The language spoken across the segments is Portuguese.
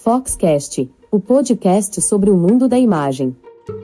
Foxcast, o podcast sobre o mundo da imagem.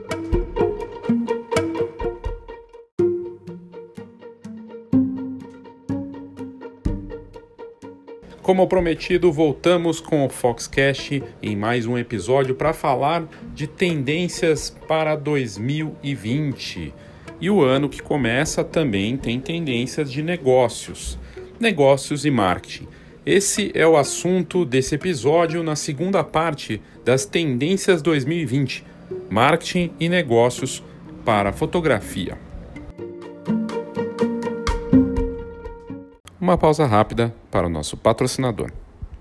Como prometido, voltamos com o Foxcast em mais um episódio para falar de tendências para 2020. E o ano que começa também tem tendências de negócios e marketing. Esse é o assunto desse episódio na segunda parte das tendências 2020, marketing e negócios para fotografia. Uma pausa rápida para o nosso patrocinador.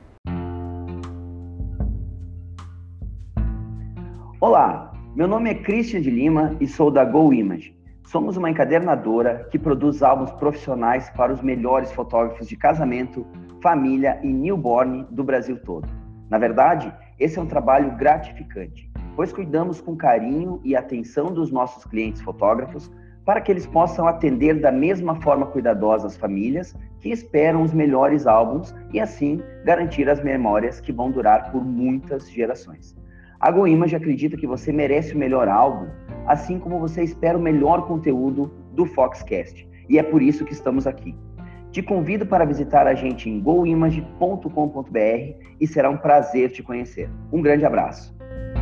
Olá, meu nome é Christian de Lima e sou da Go Image. Somos uma encadernadora que produz álbuns profissionais para os melhores fotógrafos de casamento, família e newborn do Brasil todo. Na verdade, esse é um trabalho gratificante, pois cuidamos com carinho e atenção dos nossos clientes fotógrafos para que eles possam atender da mesma forma cuidadosa as famílias que esperam os melhores álbuns e assim garantir as memórias que vão durar por muitas gerações. A Go Image acredita que você merece o melhor álbum, assim como você espera o melhor conteúdo do Foxcast, e é por isso que estamos aqui. Te convido para visitar a gente em goimage.com.br e será um prazer te conhecer. Um grande abraço.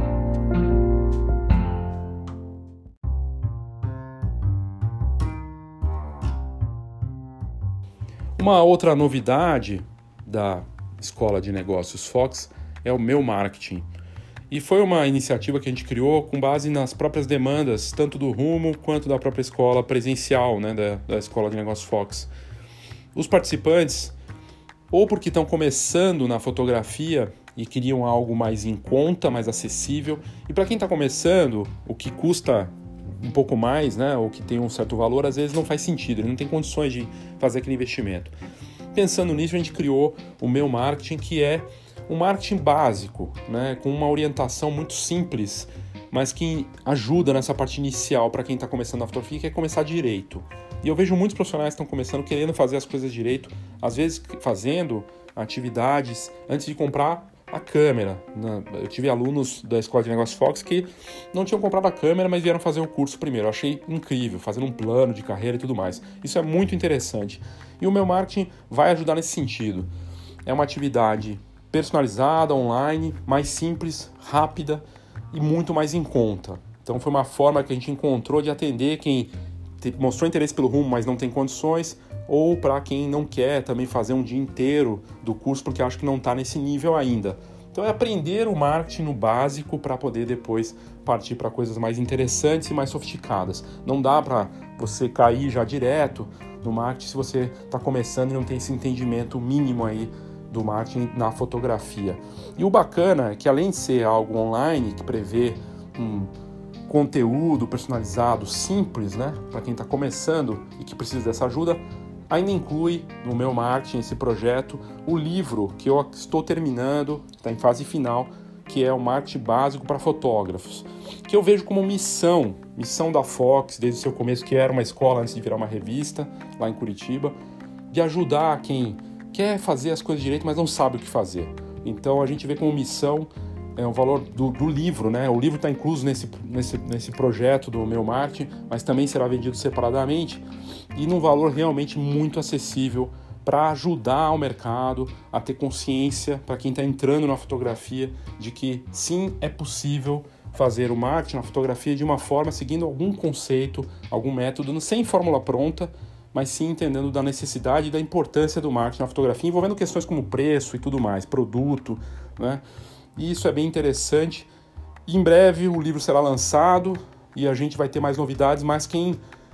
Uma outra novidade da Escola de Negócios Fox é o Meu Marketing. E foi uma iniciativa que a gente criou com base nas próprias demandas, tanto do Rumo quanto da própria escola presencial, né, da Escola de Negócios Fox. Os participantes, ou porque estão começando na fotografia e queriam algo mais em conta, mais acessível, e para quem está começando, o que custa um pouco mais, né, ou que tem um certo valor, às vezes não faz sentido, ele não tem condições de fazer aquele investimento. Pensando nisso, a gente criou o Meu Marketing, que é um marketing básico, né, com uma orientação muito simples, mas que ajuda nessa parte inicial para quem está começando na fotografia, que é começar direito. E eu vejo muitos profissionais que estão começando querendo fazer as coisas direito, às vezes fazendo atividades antes de comprar a câmera. Eu tive alunos da Escola de Negócios Fox que não tinham comprado a câmera, mas vieram fazer o curso primeiro. Eu achei incrível, fazendo um plano de carreira e tudo mais. Isso é muito interessante. E o Meu Marketing vai ajudar nesse sentido. É uma atividade personalizada, online, mais simples, rápida e muito mais em conta. Então foi uma forma que a gente encontrou de atender quem mostrou interesse pelo Rumo, mas não tem condições, ou para quem não quer também fazer um dia inteiro do curso porque acha que não está nesse nível ainda. Então é aprender o marketing no básico para poder depois partir para coisas mais interessantes e mais sofisticadas. Não dá para você cair já direto no marketing se você está começando e não tem esse entendimento mínimo aí do marketing na fotografia. E o bacana é que, além de ser algo online que prevê um conteúdo personalizado simples, né, para quem está começando e que precisa dessa ajuda, ainda inclui no Meu Marketing, esse projeto, o livro que eu estou terminando, está em fase final, que é o Marketing Básico para Fotógrafos, que eu vejo como missão da Fox, desde o seu começo, que era uma escola antes de virar uma revista, lá em Curitiba, de ajudar quem quer fazer as coisas direito, mas não sabe o que fazer. Então a gente vê como missão o valor do livro, né? O livro está incluso nesse projeto do Meu Marketing, mas também será vendido separadamente e num valor realmente muito acessível para ajudar o mercado a ter consciência, para quem está entrando na fotografia, de que sim, é possível fazer o marketing na fotografia de uma forma seguindo algum conceito, algum método, sem fórmula pronta, mas sim entendendo da necessidade e da importância do marketing na fotografia, envolvendo questões como preço e tudo mais, produto, né? E isso é bem interessante. Em breve o livro será lançado e a gente vai ter mais novidades, mas quem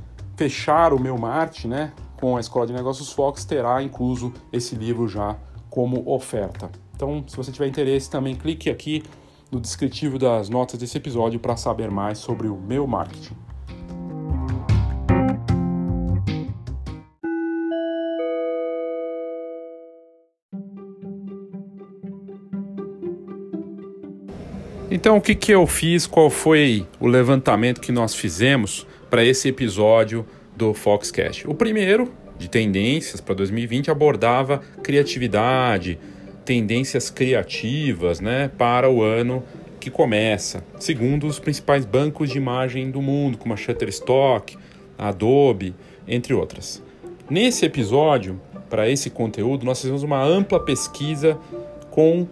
fechar o Meu Marketing, né, com a Escola de Negócios Fox, terá incluso esse livro já como oferta. Então, se você tiver interesse, também clique aqui no descritivo das notas desse episódio para saber mais sobre o Meu Marketing. Então, o que eu fiz? Qual foi o levantamento que nós fizemos para esse episódio do Foxcast? O primeiro, de tendências para 2020, abordava criatividade, tendências criativas, né, para o ano que começa, segundo os principais bancos de imagem do mundo, como a Shutterstock, a Adobe, entre outras. Nesse episódio, para esse conteúdo, nós fizemos uma ampla pesquisa com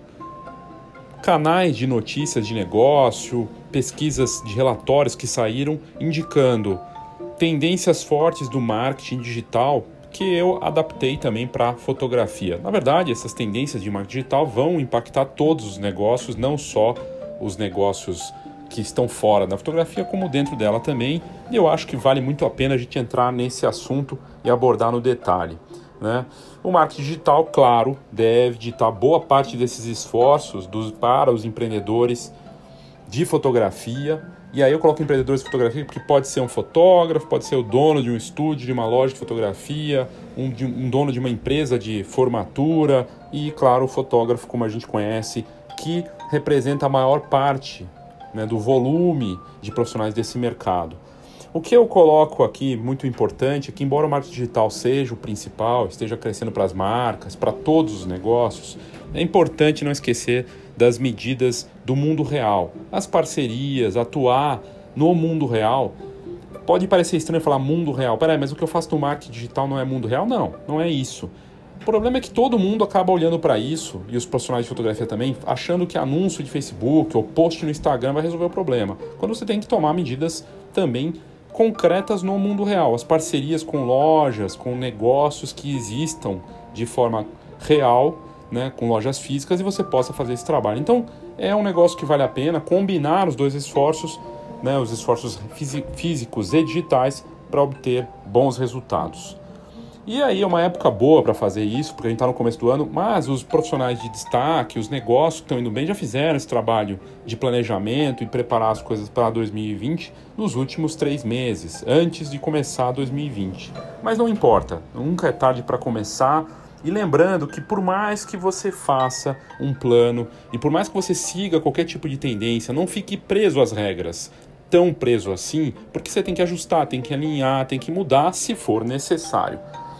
canais de notícias de negócio, pesquisas de relatórios que saíram indicando tendências fortes do marketing digital que eu adaptei também para fotografia. Na verdade, essas tendências de marketing digital vão impactar todos os negócios, não só os negócios que estão fora da fotografia, como dentro dela também. E eu acho que vale muito a pena a gente entrar nesse assunto e abordar no detalhe, né? O marketing digital, claro, deve ditar boa parte desses esforços para os empreendedores de fotografia. E aí eu coloco empreendedores de fotografia porque pode ser um fotógrafo, pode ser o dono de um estúdio, de uma loja de fotografia, um dono de uma empresa de formatura e, claro, o fotógrafo, como a gente conhece, que representa a maior parte, né, do volume de profissionais desse mercado. O que eu coloco aqui, muito importante, é que embora o marketing digital seja o principal, esteja crescendo para as marcas, para todos os negócios, é importante não esquecer das medidas do mundo real. As parcerias, atuar no mundo real. Pode parecer estranho falar mundo real. Peraí, mas o que eu faço no marketing digital não é mundo real? Não, não é isso. O problema é que todo mundo acaba olhando para isso, e os profissionais de fotografia também, achando que anúncio de Facebook ou post no Instagram vai resolver o problema. Quando você tem que tomar medidas também concretas no mundo real. As parcerias com lojas, com negócios que existam de forma real, né, com lojas físicas, e você possa fazer esse trabalho. Então, é um negócio que vale a pena combinar os dois esforços, né, os esforços físicos e digitais, para obter bons resultados. E aí é uma época boa para fazer isso, porque a gente está no começo do ano, mas os profissionais de destaque, os negócios que estão indo bem, já fizeram esse trabalho de planejamento e preparar as coisas para 2020 nos últimos 3 meses, antes de começar 2020. Mas não importa, nunca é tarde para começar. E lembrando que por mais que você faça um plano e por mais que você siga qualquer tipo de tendência, não fique preso às regras, tão preso assim, porque você tem que ajustar, tem que alinhar, tem que mudar se for necessário.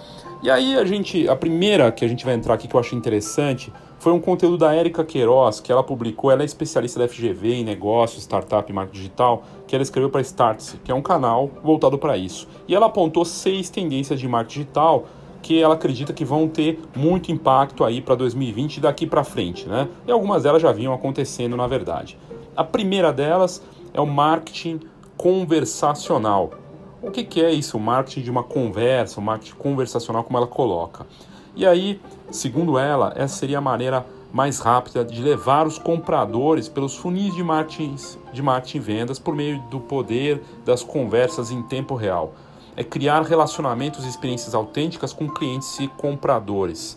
E aí a primeira que a gente vai entrar aqui que eu achei interessante foi um conteúdo da Érica Queiroz, que ela publicou, ela é especialista da FGV em negócios, startup e marketing digital, que ela escreveu para Startse, que é um canal voltado para isso. E ela apontou 6 tendências de marketing digital que ela acredita que vão ter muito impacto aí para 2020 e daqui para frente, né? E algumas delas já vinham acontecendo, na verdade. A primeira delas é o marketing conversacional. O que é isso? O marketing de uma conversa, o marketing conversacional, como ela coloca. E aí, segundo ela, essa seria a maneira mais rápida de levar os compradores pelos funis de marketing e vendas por meio do poder das conversas em tempo real. É criar relacionamentos e experiências autênticas com clientes e compradores.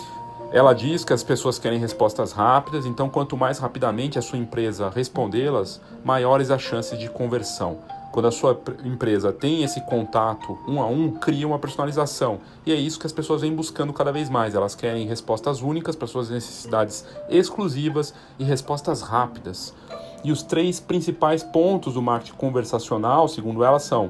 Ela diz que as pessoas querem respostas rápidas, então quanto mais rapidamente a sua empresa respondê-las, maiores as chances de conversão. Quando a sua empresa tem esse contato 1 a 1, cria uma personalização. E é isso que as pessoas vêm buscando cada vez mais. Elas querem respostas únicas para suas necessidades exclusivas e respostas rápidas. E os 3 principais pontos do marketing conversacional, segundo ela, são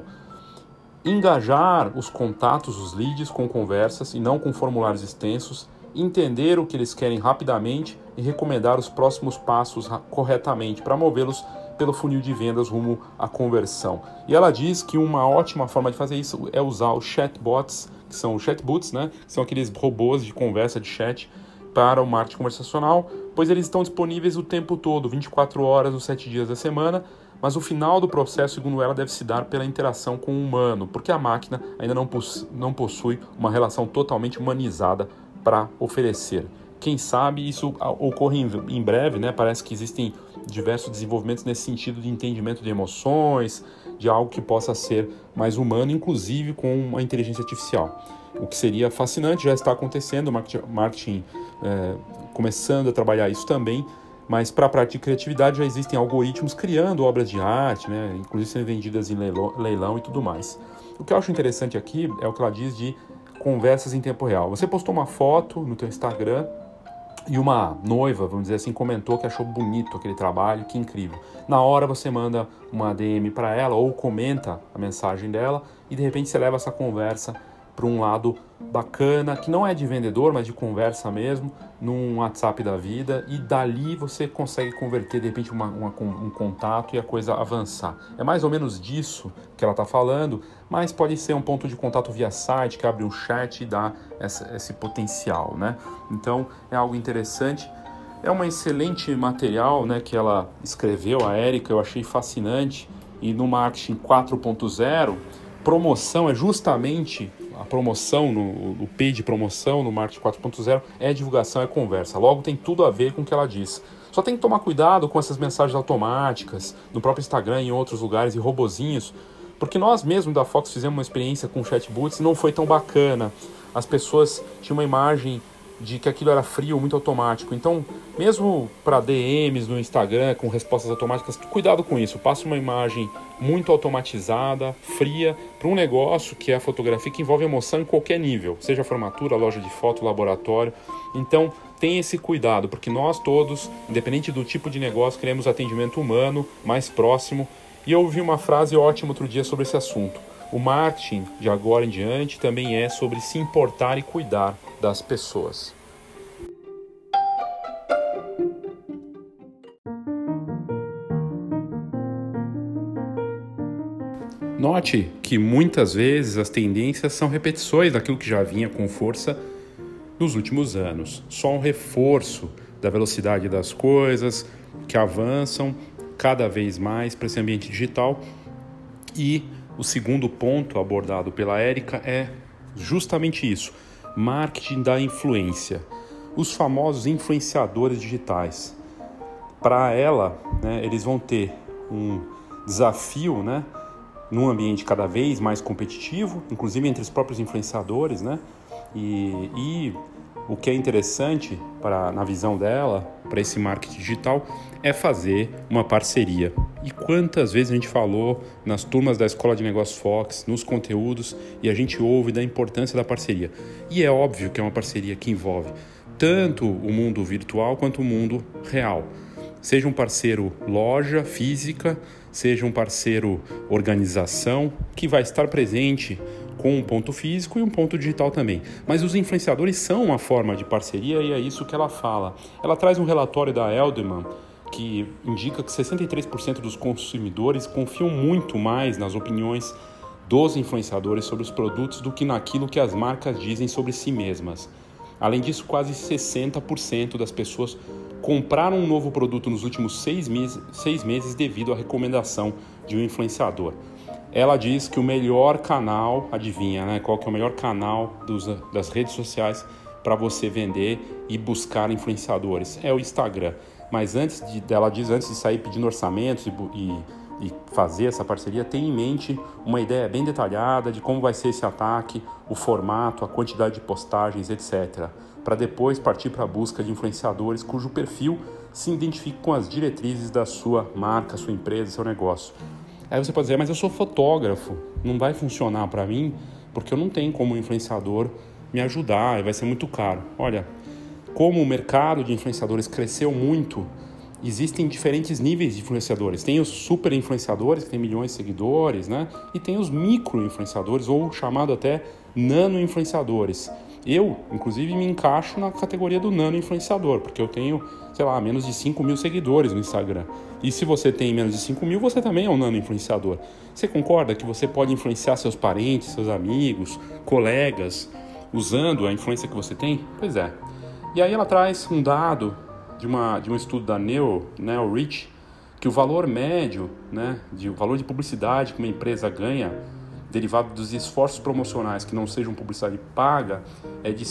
engajar os contatos, os leads, com conversas e não com formulários extensos, entender o que eles querem rapidamente e recomendar os próximos passos corretamente para movê-los pelo funil de vendas rumo à conversão. E ela diz que uma ótima forma de fazer isso é usar os chatbots, que são os chatbots, né? Que são aqueles robôs de conversa, de chat, para o marketing conversacional, pois eles estão disponíveis o tempo todo, 24 horas, os 7 dias da semana, mas o final do processo, segundo ela, deve se dar pela interação com o humano, porque a máquina ainda não possui uma relação totalmente humanizada para oferecer. Quem sabe isso ocorre em breve, né? Parece que existem diversos desenvolvimentos nesse sentido de entendimento de emoções, de algo que possa ser mais humano, inclusive com uma inteligência artificial. O que seria fascinante, já está acontecendo, o marketing começando a trabalhar isso também, mas para a parte de criatividade já existem algoritmos criando obras de arte, né? Inclusive sendo vendidas em leilão e tudo mais. O que eu acho interessante aqui é o que ela diz de conversas em tempo real. Você postou uma foto no teu Instagram e uma noiva, vamos dizer assim, comentou que achou bonito aquele trabalho, que incrível. Na hora você manda uma DM para ela ou comenta a mensagem dela e de repente você leva essa conversa para um lado bacana, que não é de vendedor, mas de conversa mesmo, num WhatsApp da vida, e dali você consegue converter de repente um contato e a coisa avançar. É mais ou menos disso que ela está falando, mas pode ser um ponto de contato via site, que abre um chat e dá esse potencial, né? Então é algo interessante. É um excelente material, né, que ela escreveu, a Érica, eu achei fascinante. E no Marketing 4.0, promoção é justamente a promoção, o paid promoção no Marketing 4.0 é divulgação, é conversa. Logo tem tudo a ver com o que ela diz. Só tem que tomar cuidado com essas mensagens automáticas no próprio Instagram e em outros lugares e robozinhos, porque nós mesmos da Fox fizemos uma experiência com chatbots e não foi tão bacana. As pessoas tinham uma imagem de que aquilo era frio, muito automático. Então, mesmo para DMs no Instagram com respostas automáticas, cuidado com isso. Passe uma imagem muito automatizada, fria, para um negócio que é a fotografia, que envolve emoção em qualquer nível, seja formatura, loja de foto, laboratório. Então, tenha esse cuidado, porque nós todos, independente do tipo de negócio, queremos atendimento humano, mais próximo. E eu ouvi uma frase ótima outro dia sobre esse assunto. O marketing, de agora em diante, também é sobre se importar e cuidar das pessoas. Note que muitas vezes as tendências são repetições daquilo que já vinha com força nos últimos anos. Só um reforço da velocidade das coisas que avançam cada vez mais para esse ambiente digital. E o segundo ponto abordado pela Érica é justamente isso: marketing da influência. Os famosos influenciadores digitais. Para ela, né, eles vão ter um desafio, né, num ambiente cada vez mais competitivo, inclusive entre os próprios influenciadores, né? E o que é interessante, na visão dela, para esse marketing digital, é fazer uma parceria. E quantas vezes a gente falou nas turmas da Escola de Negócios Fox, nos conteúdos, e a gente ouve da importância da parceria. E é óbvio que é uma parceria que envolve tanto o mundo virtual quanto o mundo real. Seja um parceiro loja física, seja um parceiro organização, que vai estar presente com um ponto físico e um ponto digital também. Mas os influenciadores são uma forma de parceria e é isso que ela fala. Ela traz um relatório da Edelman que indica que 63% dos consumidores confiam muito mais nas opiniões dos influenciadores sobre os produtos do que naquilo que as marcas dizem sobre si mesmas. Além disso, quase 60% das pessoas compraram um novo produto nos últimos 6 meses devido à recomendação de um influenciador. Ela diz que o melhor canal, adivinha, né? Qual que é o melhor canal das redes sociais para você vender e buscar influenciadores? É o Instagram. Mas ela diz, antes de sair pedindo orçamentos e fazer essa parceria, tem em mente uma ideia bem detalhada de como vai ser esse ataque, o formato, a quantidade de postagens, etc. Para depois partir para a busca de influenciadores cujo perfil se identifique com as diretrizes da sua marca, sua empresa, seu negócio. Aí você pode dizer, mas eu sou fotógrafo, não vai funcionar para mim porque eu não tenho como influenciador me ajudar e vai ser muito caro. Olha, como o mercado de influenciadores cresceu muito, existem diferentes níveis de influenciadores. Tem os super influenciadores, que tem milhões de seguidores, né? E tem os micro influenciadores, ou chamado até nano influenciadores. Eu, inclusive, me encaixo na categoria do nano influenciador, porque eu tenho, menos de 5 mil seguidores no Instagram. E se você tem menos de 5 mil, você também é um nano influenciador. Você concorda que você pode influenciar seus parentes, seus amigos, colegas, usando a influência que você tem? Pois é. E aí ela traz um dado de um estudo da Neil Rich, que o valor médio, né, o valor de publicidade que uma empresa ganha, derivado dos esforços promocionais que não sejam publicidade paga, é de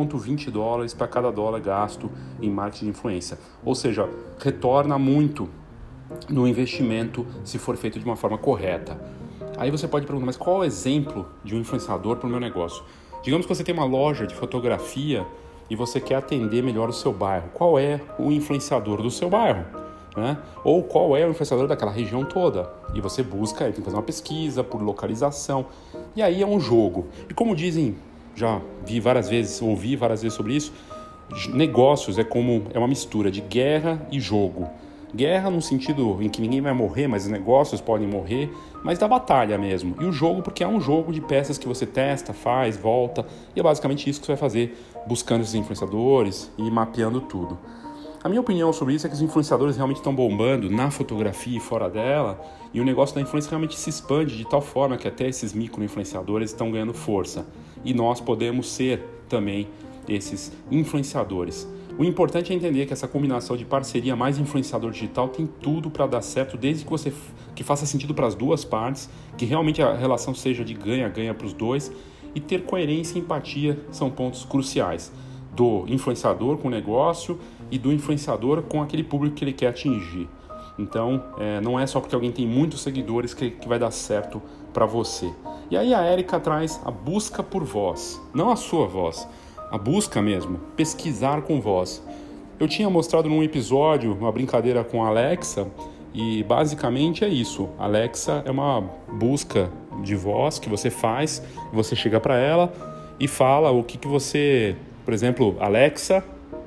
$5,20 para cada dólar gasto em marketing de influência. Ou seja, retorna muito no investimento se for feito de uma forma correta. Aí você pode perguntar, mas qual é o exemplo de um influenciador para o meu negócio? Digamos que você tem uma loja de fotografia e você quer atender melhor o seu bairro. Qual é o influenciador do seu bairro? Né? Ou qual é o influenciador daquela região toda? E você busca, tem que fazer uma pesquisa por localização. E aí é um jogo. E como dizem, já ouvi várias vezes sobre isso, negócios é uma mistura de guerra e jogo. Guerra no sentido em que ninguém vai morrer, mas os negócios podem morrer, mas da batalha mesmo. E o jogo porque é um jogo de peças que você testa, faz, volta, e é basicamente isso que você vai fazer, buscando esses influenciadores e mapeando tudo. A minha opinião sobre isso é que os influenciadores realmente estão bombando na fotografia e fora dela, e o negócio da influência realmente se expande de tal forma que até esses micro-influenciadores estão ganhando força. E nós podemos ser também esses influenciadores. O importante é entender que essa combinação de parceria mais influenciador digital tem tudo para dar certo, desde que faça sentido para as duas partes, que realmente a relação seja de ganha-ganha para os dois, e ter coerência e empatia são pontos cruciais do influenciador com o negócio e do influenciador com aquele público que ele quer atingir. Então, não é só porque alguém tem muitos seguidores que vai dar certo para você. E aí a Érica traz a busca por voz, não a sua voz, a busca mesmo, pesquisar com voz. Eu tinha mostrado num episódio uma brincadeira com a Alexa e basicamente é isso. A Alexa é uma busca de voz que você faz, você chega para ela e fala o que você... Por exemplo, Alexa,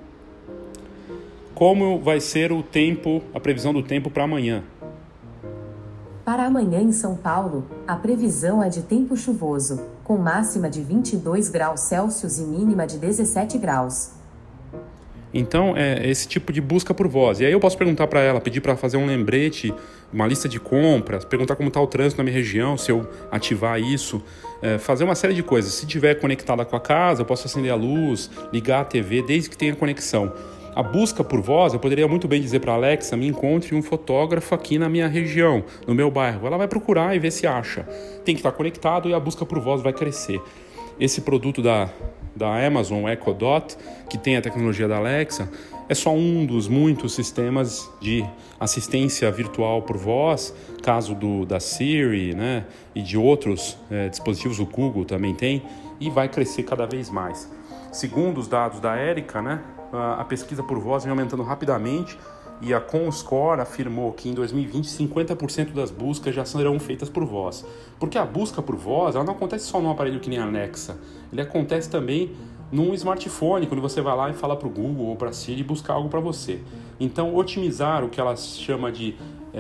como vai ser o tempo, a previsão do tempo para amanhã? Para amanhã em São Paulo, a previsão é de tempo chuvoso, com máxima de 22 graus Celsius e mínima de 17 graus. Então, é esse tipo de busca por voz. E aí eu posso perguntar para ela, pedir para fazer um lembrete, uma lista de compras, perguntar como está o trânsito na minha região, se eu ativar isso, fazer uma série de coisas. Se estiver conectada com a casa, eu posso acender a luz, ligar a TV, desde que tenha conexão. A busca por voz, eu poderia muito bem dizer para a Alexa, me encontre um fotógrafo aqui na minha região, no meu bairro. Ela vai procurar e ver se acha. Tem que estar conectado e a busca por voz vai crescer. Esse produto da Amazon, o Echo Dot, que tem a tecnologia da Alexa, é só um dos muitos sistemas de assistência virtual por voz, caso da Siri, né, e de outros dispositivos, o Google também tem, e vai crescer cada vez mais. Segundo os dados da Érica, né, a pesquisa por voz vem aumentando rapidamente e a Comscore afirmou que em 2020 50% das buscas já serão feitas por voz. Porque a busca por voz ela não acontece só num aparelho que nem a Alexa, ele acontece também num smartphone, quando você vai lá e fala para o Google ou para a Siri buscar algo para você. Então, otimizar o que ela chama de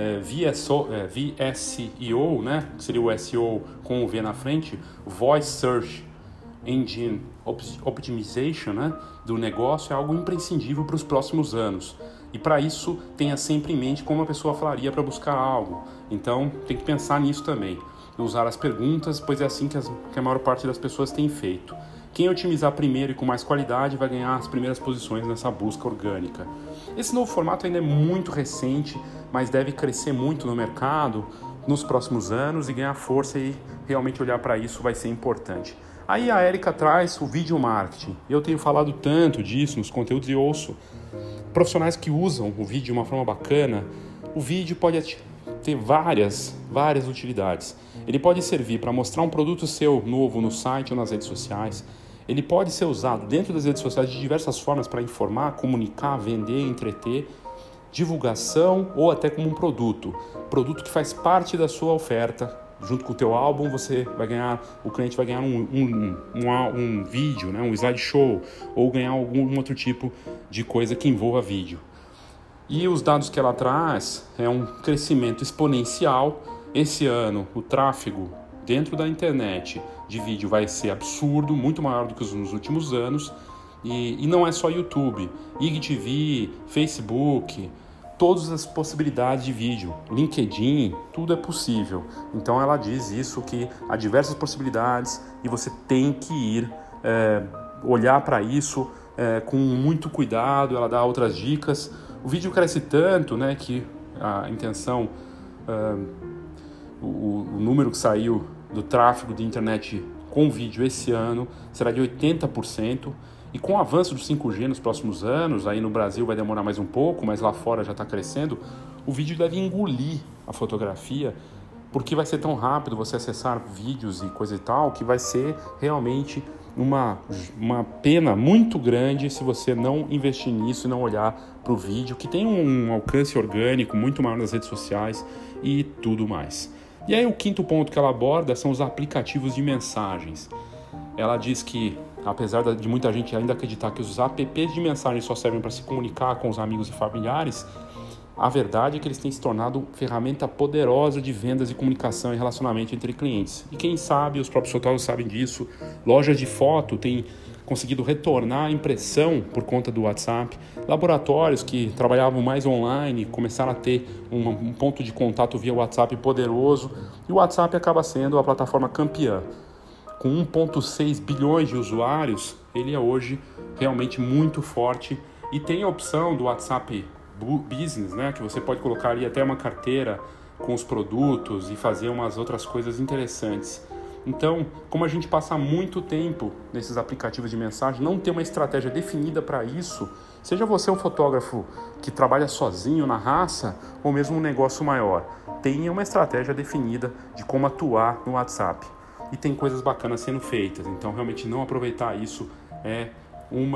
VSEO, né, que seria o SEO com o V na frente, Voice Search Engine Optimization, né, do negócio é algo imprescindível para os próximos anos. E para isso, tenha sempre em mente como a pessoa falaria para buscar algo. Então, tem que pensar nisso também. Usar as perguntas, pois é assim que a maior parte das pessoas tem feito. Quem otimizar primeiro e com mais qualidade vai ganhar as primeiras posições nessa busca orgânica. Esse novo formato ainda é muito recente, mas deve crescer muito no mercado nos próximos anos e ganhar força, e realmente olhar para isso vai ser importante. Aí a Érica traz o vídeo marketing. Eu tenho falado tanto disso nos conteúdos e ouço profissionais que usam o vídeo de uma forma bacana. O vídeo pode ter várias utilidades. Ele pode servir para mostrar um produto seu novo no site ou nas redes sociais. Ele pode ser usado dentro das redes sociais de diversas formas para informar, comunicar, vender, entreter, divulgação ou até como um produto que faz parte da sua oferta. Junto com o teu álbum, o cliente vai ganhar um vídeo, né, um slideshow, ou ganhar algum outro tipo de coisa que envolva vídeo. E os dados que ela traz é um crescimento exponencial. Esse ano, o tráfego dentro da internet de vídeo vai ser absurdo, muito maior do que nos últimos anos. E não é só YouTube, IGTV, Facebook, todas as possibilidades de vídeo, LinkedIn, tudo é possível. Então ela diz isso, que há diversas possibilidades e você tem que ir olhar para isso com muito cuidado. Ela dá outras dicas. O vídeo cresce tanto, né, que a intenção, o número que saiu do tráfego de internet com vídeo esse ano será de 80%. E com o avanço do 5G nos próximos anos, aí no Brasil vai demorar mais um pouco, mas lá fora já está crescendo, o vídeo deve engolir a fotografia, porque vai ser tão rápido você acessar vídeos e coisa e tal, que vai ser realmente uma pena muito grande se você não investir nisso e não olhar para o vídeo, que tem um alcance orgânico muito maior nas redes sociais e tudo mais. E aí o quinto ponto que ela aborda são os aplicativos de mensagens. Ela diz que, apesar de muita gente ainda acreditar que os apps de mensagem só servem para se comunicar com os amigos e familiares, A verdade é que eles têm se tornado ferramenta poderosa de vendas e comunicação e relacionamento entre clientes. E quem sabe, os próprios fotógrafos sabem disso, lojas de foto têm conseguido retornar a impressão por conta do WhatsApp. Laboratórios que trabalhavam mais online começaram a ter um ponto de contato via WhatsApp poderoso. E o WhatsApp acaba sendo a plataforma campeã. Com 1,6 bilhões de usuários, ele é hoje realmente muito forte. E tem a opção do WhatsApp Business, né, que você pode colocar ali até uma carteira com os produtos e fazer umas outras coisas interessantes. Então, como a gente passa muito tempo nesses aplicativos de mensagem, não ter uma estratégia definida para isso, seja você um fotógrafo que trabalha sozinho na raça ou mesmo um negócio maior, tenha uma estratégia definida de como atuar no WhatsApp. E tem coisas bacanas sendo feitas, então realmente não aproveitar isso é um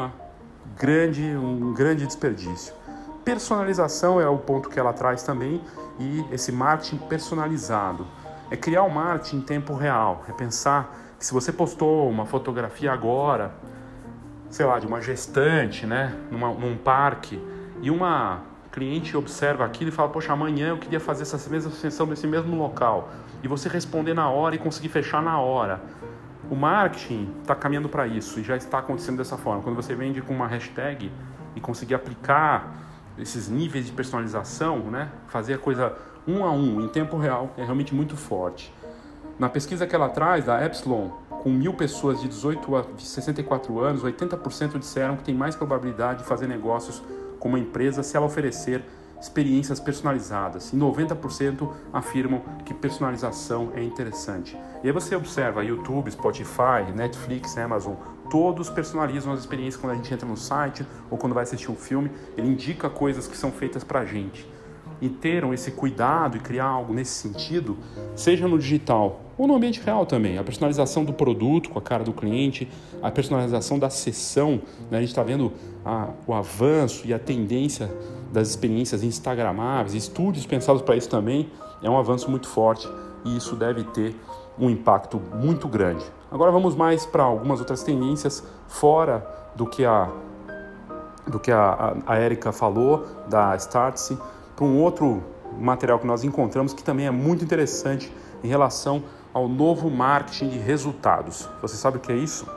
grande desperdício. Personalização é o ponto que ela traz também, e esse marketing personalizado. É criar um marketing em tempo real, é pensar que se você postou uma fotografia agora, sei lá, de uma gestante, né, num parque, e uma cliente observa aquilo e fala, poxa, amanhã eu queria fazer essa mesma sessão nesse mesmo local, e você responder na hora e conseguir fechar na hora. O marketing está caminhando para isso e já está acontecendo dessa forma. Quando você vende com uma hashtag e conseguir aplicar esses níveis de personalização, né, fazer a coisa um a um, em tempo real, é realmente muito forte. Na pesquisa que ela traz, da Epsilon, com 1.000 pessoas de 18 a 64 anos, 80% disseram que tem mais probabilidade de fazer negócios com uma empresa se ela oferecer experiências personalizadas. E 90% afirmam que personalização é interessante. E aí você observa YouTube, Spotify, Netflix, Amazon, todos personalizam as experiências quando a gente entra no site ou quando vai assistir um filme, ele indica coisas que são feitas pra gente. E ter esse cuidado e criar algo nesse sentido, seja no digital ou no ambiente real também. A personalização do produto com a cara do cliente, a personalização da sessão, né? A gente está vendo o avanço e a tendência das experiências instagramáveis, estúdios pensados para isso também, é um avanço muito forte e isso deve ter um impacto muito grande. Agora vamos mais para algumas outras tendências fora do que a Érica falou, da Startse, para um outro material que nós encontramos que também é muito interessante em relação ao novo marketing de resultados. Você sabe o que é isso?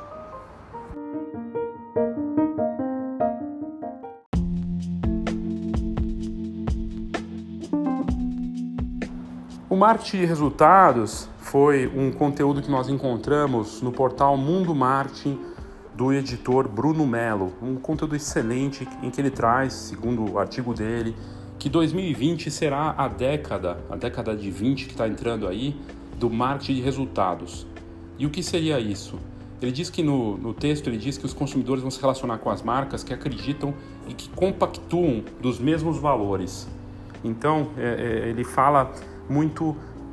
O marketing de resultados foi um conteúdo que nós encontramos no portal Mundo Marketing do editor Bruno Mello, um conteúdo excelente em que ele traz, segundo o artigo dele, que 2020 será a década de 20 que está entrando aí, do marketing de resultados. E o que seria isso? Ele diz que no texto, ele diz que os consumidores vão se relacionar com as marcas que acreditam e que compactuam dos mesmos valores. Então, ele fala muito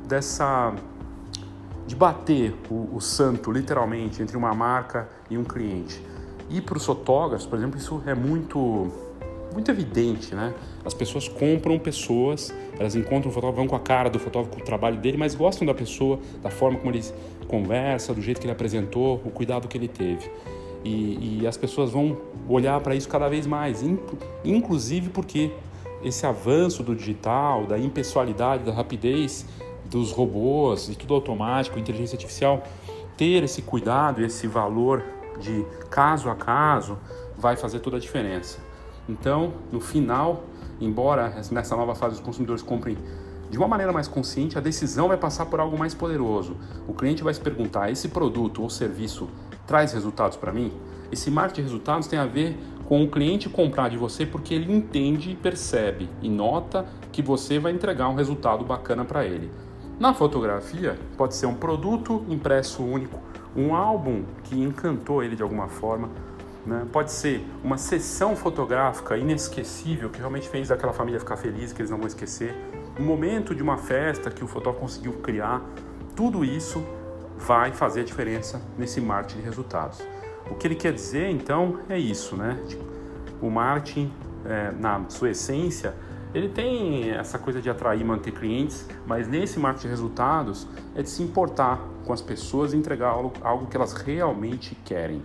de bater o santo, literalmente, entre uma marca e um cliente. E para os fotógrafos, por exemplo, isso é muito evidente, né? As pessoas compram pessoas, elas encontram o fotógrafo, vão com a cara do fotógrafo, com o trabalho dele, mas gostam da pessoa, da forma como ele conversa, do jeito que ele apresentou, o cuidado que ele teve. E as pessoas vão olhar para isso cada vez mais, inclusive porque esse avanço do digital, da impessoalidade, da rapidez dos robôs e tudo automático, inteligência artificial, ter esse cuidado, esse valor de caso a caso, vai fazer toda a diferença. Então, no final, embora nessa nova fase os consumidores comprem de uma maneira mais consciente, a decisão vai passar por algo mais poderoso. O cliente vai se perguntar, esse produto ou serviço traz resultados para mim? Esse marketing de resultados tem a ver com o cliente comprar de você porque ele entende, percebe e nota que você vai entregar um resultado bacana para ele. Na fotografia, pode ser um produto impresso único, um álbum que encantou ele de alguma forma, né? Pode ser uma sessão fotográfica inesquecível que realmente fez aquela família ficar feliz, que eles não vão esquecer, um momento de uma festa que o fotógrafo conseguiu criar. Tudo isso vai fazer a diferença nesse marketing de resultados. O que ele quer dizer, então, é isso, né? O marketing, na sua essência, ele tem essa coisa de atrair e manter clientes, mas nesse marketing de resultados é de se importar com as pessoas e entregar algo que elas realmente querem.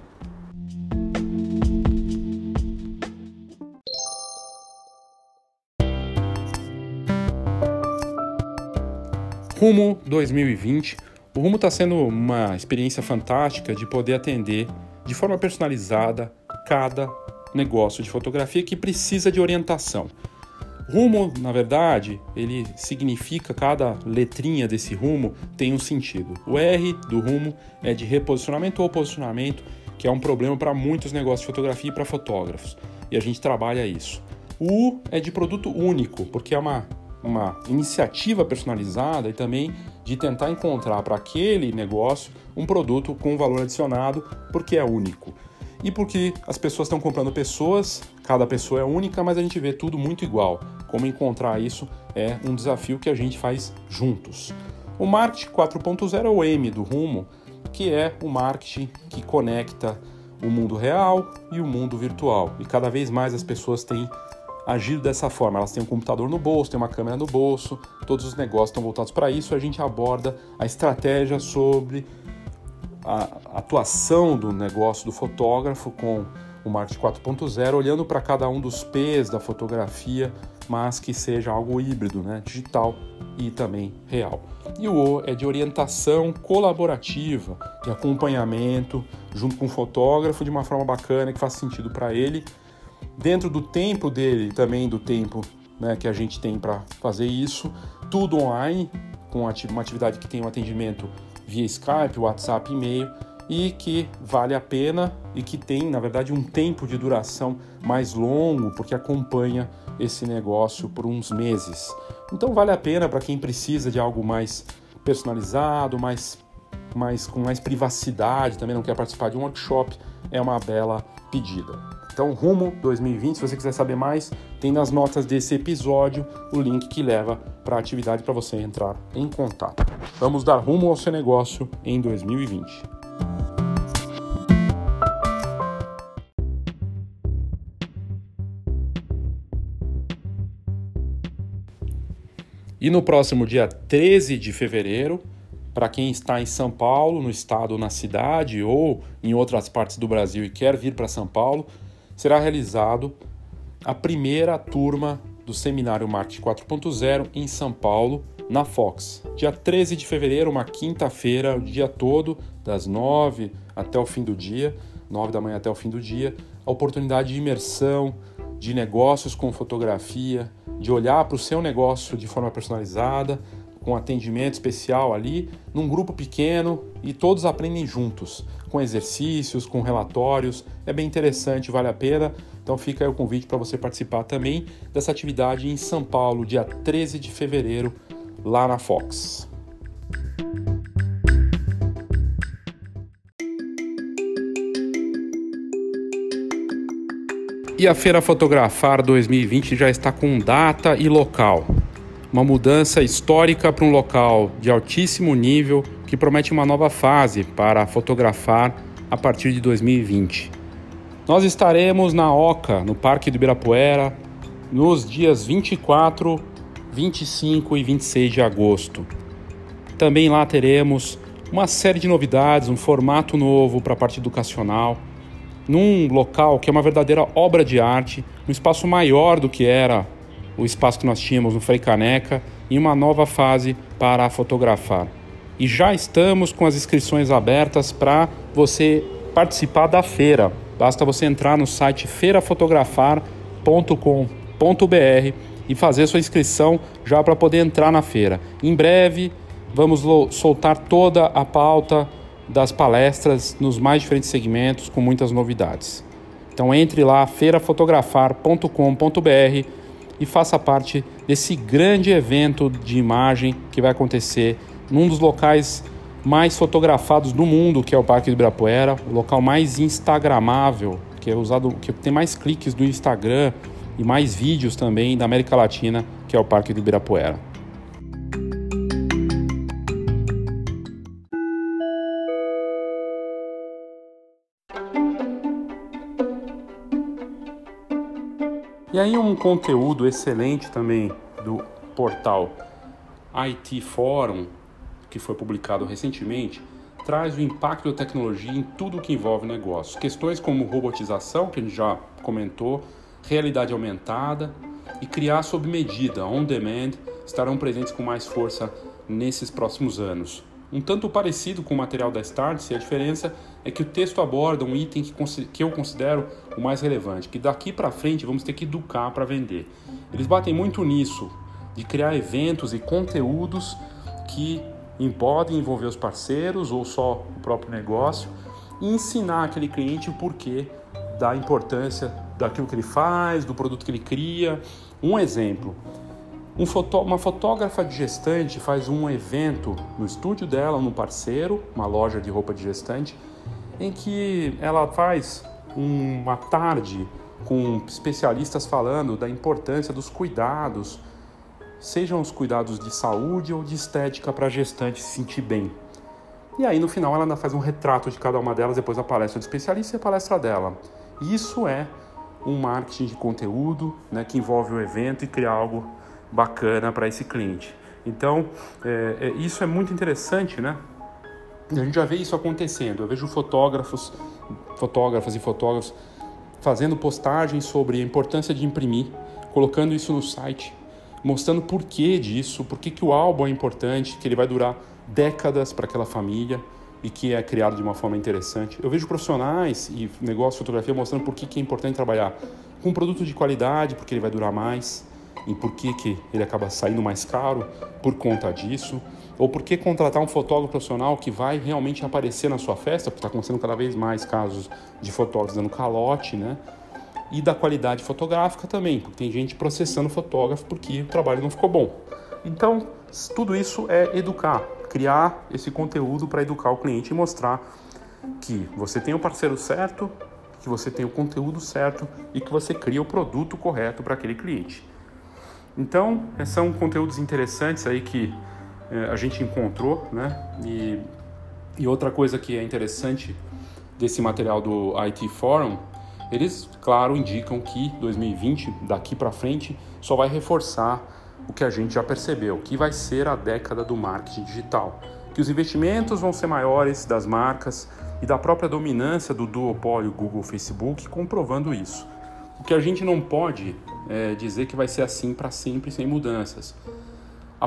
Rumo 2020. O Rumo está sendo uma experiência fantástica de poder atender de forma personalizada cada negócio de fotografia que precisa de orientação. Rumo, na verdade, ele significa, cada letrinha desse rumo tem um sentido. O R do rumo é de reposicionamento ou posicionamento, que é um problema para muitos negócios de fotografia e para fotógrafos. E a gente trabalha isso. O U é de produto único, porque é uma iniciativa personalizada e também de tentar encontrar para aquele negócio um produto com valor adicionado, porque é único. E porque as pessoas estão comprando pessoas, cada pessoa é única, mas a gente vê tudo muito igual. Como encontrar isso é um desafio que a gente faz juntos. O Marketing 4.0 é o M do Rumo, que é o marketing que conecta o mundo real e o mundo virtual. E cada vez mais as pessoas têm agido dessa forma. Elas têm um computador no bolso, têm uma câmera no bolso, todos os negócios estão voltados para isso. A gente aborda a estratégia sobre a atuação do negócio do fotógrafo com o Marketing 4.0, olhando para cada um dos P's da fotografia, mas que seja algo híbrido, né? Digital e também real. E o O é de orientação colaborativa, de acompanhamento junto com o fotógrafo de uma forma bacana, que faz sentido para ele, dentro do tempo dele, também do tempo, né, que a gente tem para fazer isso, tudo online, com uma atividade que tem um atendimento via Skype, WhatsApp, e-mail, e que vale a pena e que tem, na verdade, um tempo de duração mais longo, porque acompanha esse negócio por uns meses. Então vale a pena para quem precisa de algo mais personalizado, com mais privacidade, também não quer participar de um workshop, é uma bela pedida. Então, Rumo 2020, se você quiser saber mais, tem nas notas desse episódio o link que leva para a atividade para você entrar em contato. Vamos dar rumo ao seu negócio em 2020. E no próximo dia 13 de fevereiro, para quem está em São Paulo, no estado ou na cidade, ou em outras partes do Brasil e quer vir para São Paulo, será realizado a primeira turma do Seminário Marketing 4.0 em São Paulo, na Fox. Dia 13 de fevereiro, uma quinta-feira, o dia todo, das 9 até o fim do dia, 9 da manhã até o fim do dia, a oportunidade de imersão, de negócios com fotografia, de olhar para o seu negócio de forma personalizada, com atendimento especial ali, num grupo pequeno, e todos aprendem juntos, com exercícios, com relatórios. É bem interessante, vale a pena. Então fica aí o convite para você participar também dessa atividade em São Paulo, dia 13 de fevereiro, lá na Fox. E a Feira Fotografar 2020 já está com data e local. Uma mudança histórica para um local de altíssimo nível que promete uma nova fase para fotografar a partir de 2020. Nós estaremos na Oca, no Parque do Ibirapuera, nos dias 24, 25 e 26 de agosto. Também lá teremos uma série de novidades, um formato novo para a parte educacional, num local que é uma verdadeira obra de arte, um espaço maior do que era o espaço que nós tínhamos no Frei Caneca, em uma nova fase para fotografar. E já estamos com as inscrições abertas para você participar da feira. Basta você entrar no site feirafotografar.com.br e fazer sua inscrição já para poder entrar na feira. Em breve vamos soltar toda a pauta das palestras nos mais diferentes segmentos, com muitas novidades. Então entre lá, feirafotografar.com.br, e faça parte desse grande evento de imagem que vai acontecer num dos locais mais fotografados do mundo, que é o Parque do Ibirapuera, o local mais instagramável, que é usado, que tem mais cliques do Instagram e mais vídeos também da América Latina, que é o Parque do Ibirapuera. E aí um conteúdo excelente também do portal IT Forum, que foi publicado recentemente, traz o impacto da tecnologia em tudo que envolve negócios. Questões como robotização, que a gente já comentou, realidade aumentada e criar sob medida, on demand, estarão presentes com mais força nesses próximos anos. Um tanto parecido com o material da Startse, a diferença é que o texto aborda um item que eu considero o mais relevante, que daqui para frente vamos ter que educar para vender. Eles batem muito nisso, de criar eventos e conteúdos que podem envolver os parceiros ou só o próprio negócio e ensinar aquele cliente o porquê da importância daquilo que ele faz, do produto que ele cria. Um exemplo. Uma fotógrafa de gestante faz um evento no estúdio dela, no parceiro, uma loja de roupa de gestante, em que ela faz uma tarde com especialistas falando da importância dos cuidados, sejam os cuidados de saúde ou de estética para a gestante se sentir bem. E aí no final ela ainda faz um retrato de cada uma delas, depois a palestra do especialista e a palestra dela. Isso é um marketing de conteúdo, né, que envolve o evento e criar algo bacana para esse cliente. Então, isso é muito interessante, né? A gente já vê isso acontecendo. Eu vejo fotógrafas e fotógrafos fazendo postagens sobre a importância de imprimir, colocando isso no site, mostrando o porquê disso, por que o álbum é importante, que ele vai durar décadas para aquela família e que é criado de uma forma interessante. Eu vejo profissionais e negócios de fotografia mostrando por que é importante trabalhar com um produto de qualidade, porque ele vai durar mais, e por que ele acaba saindo mais caro por conta disso, ou por que contratar um fotógrafo profissional que vai realmente aparecer na sua festa, porque está acontecendo cada vez mais casos de fotógrafos dando calote, né? E da qualidade fotográfica também, porque tem gente processando fotógrafo porque o trabalho não ficou bom. Então, tudo isso é educar, criar esse conteúdo para educar o cliente e mostrar que você tem o parceiro certo, que você tem o conteúdo certo e que você cria o produto correto para aquele cliente. Então, são conteúdos interessantes aí que a gente encontrou, né? E outra coisa que é interessante desse material do IT Forum, eles, claro, indicam que 2020, daqui para frente, só vai reforçar o que a gente já percebeu, que vai ser a década do marketing digital, que os investimentos vão ser maiores das marcas e da própria dominância do duopólio Google-Facebook, comprovando isso. O que a gente não pode dizer que vai ser assim para sempre, sem mudanças. O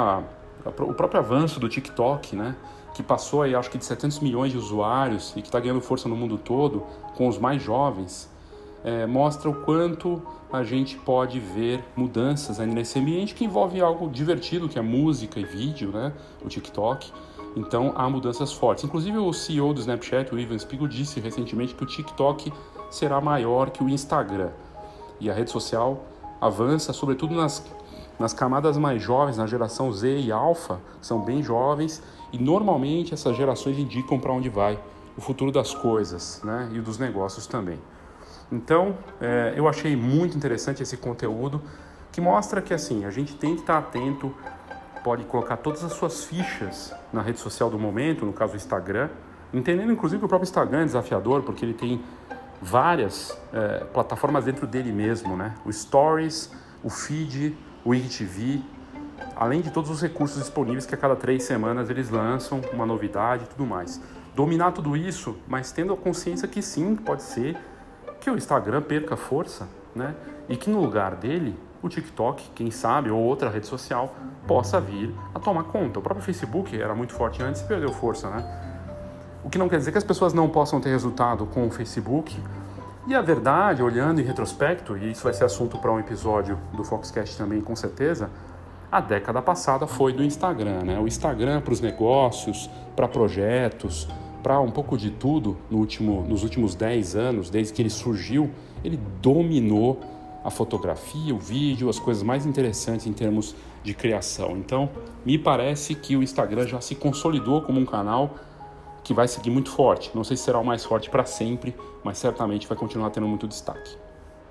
próprio avanço do TikTok, né, que passou aí, acho que de 700 milhões de usuários e que está ganhando força no mundo todo, com os mais jovens, mostra o quanto a gente pode ver mudanças ainda nesse ambiente que envolve algo divertido, que é música e vídeo, né, o TikTok. Então há mudanças fortes. Inclusive o CEO do Snapchat, o Evan Spiegel, disse recentemente que o TikTok será maior que o Instagram. E a rede social avança, sobretudo nas camadas mais jovens, na geração Z e Alpha, que são bem jovens, e normalmente essas gerações indicam para onde vai o futuro das coisas, né, e dos negócios também. Então, eu achei muito interessante esse conteúdo, que mostra que assim, a gente tem que estar atento, pode colocar todas as suas fichas na rede social do momento, no caso o Instagram, entendendo inclusive que o próprio Instagram é desafiador, porque ele tem várias plataformas dentro dele mesmo, né? O Stories, o Feed, o IGTV, além de todos os recursos disponíveis que a cada 3 semanas eles lançam uma novidade e tudo mais. Dominar tudo isso, mas tendo a consciência que sim, pode ser que o Instagram perca força, né? E que no lugar dele, o TikTok, quem sabe, ou outra rede social, possa vir a tomar conta. O próprio Facebook era muito forte antes e perdeu força, né? O que não quer dizer que as pessoas não possam ter resultado com o Facebook. E a verdade, olhando em retrospecto, e isso vai ser assunto para um episódio do Foxcast também, com certeza, a década passada foi do Instagram, né? O Instagram para os negócios, para projetos, para um pouco de tudo nos últimos 10 anos, desde que ele surgiu, ele dominou a fotografia, o vídeo, as coisas mais interessantes em termos de criação. Então, me parece que o Instagram já se consolidou como um canal que vai seguir muito forte. Não sei se será o mais forte para sempre, mas certamente vai continuar tendo muito destaque.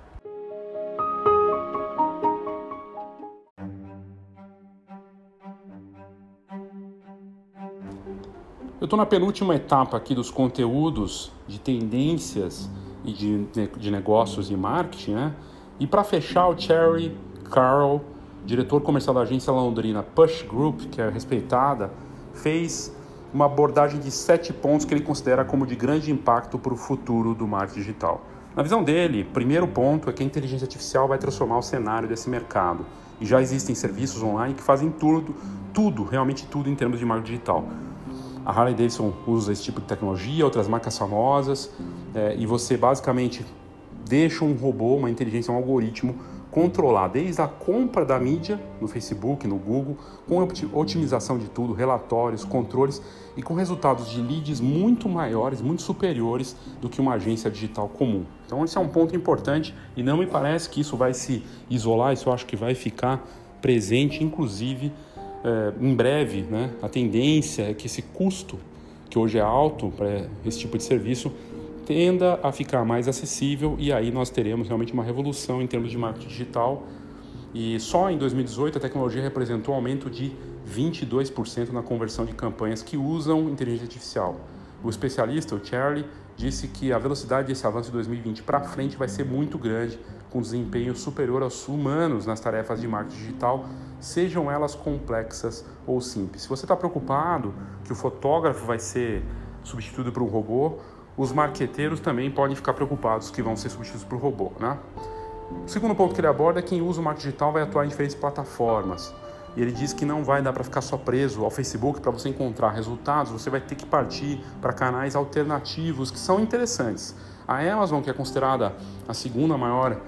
Eu estou na penúltima etapa aqui dos conteúdos de tendências e de negócios e marketing, né? E para fechar, o Cherry Carroll, diretor comercial da agência londrina Push Group, que é respeitada, fez uma abordagem de 7 pontos que ele considera como de grande impacto para o futuro do marketing digital. Na visão dele, primeiro ponto é que a inteligência artificial vai transformar o cenário desse mercado. E já existem serviços online que fazem tudo, realmente tudo em termos de marketing digital. A Harley Davidson usa esse tipo de tecnologia, outras marcas famosas, e você basicamente deixa um robô, uma inteligência, um algoritmo controlar desde a compra da mídia no Facebook, no Google, com otimização de tudo, relatórios, controles e com resultados de leads muito maiores, muito superiores do que uma agência digital comum. Então esse é um ponto importante e não me parece que isso vai se isolar, isso eu acho que vai ficar presente, inclusive em breve, né? A tendência é que esse custo, que hoje é alto para esse tipo de serviço, tenda a ficar mais acessível e aí nós teremos realmente uma revolução em termos de marketing digital. E só em 2018 a tecnologia representou um aumento de 22% na conversão de campanhas que usam inteligência artificial. O especialista, o Charlie, disse que a velocidade desse avanço de 2020 para frente vai ser muito grande, com desempenho superior aos humanos nas tarefas de marketing digital, sejam elas complexas ou simples. Se você está preocupado que o fotógrafo vai ser substituído por um robô, os marqueteiros também podem ficar preocupados que vão ser substituídos por robô, né? O segundo ponto que ele aborda é que quem usa o marketing digital vai atuar em diferentes plataformas. E ele diz que não vai dar para ficar só preso ao Facebook para você encontrar resultados, você vai ter que partir para canais alternativos que são interessantes. A Amazon, que é considerada a segunda maior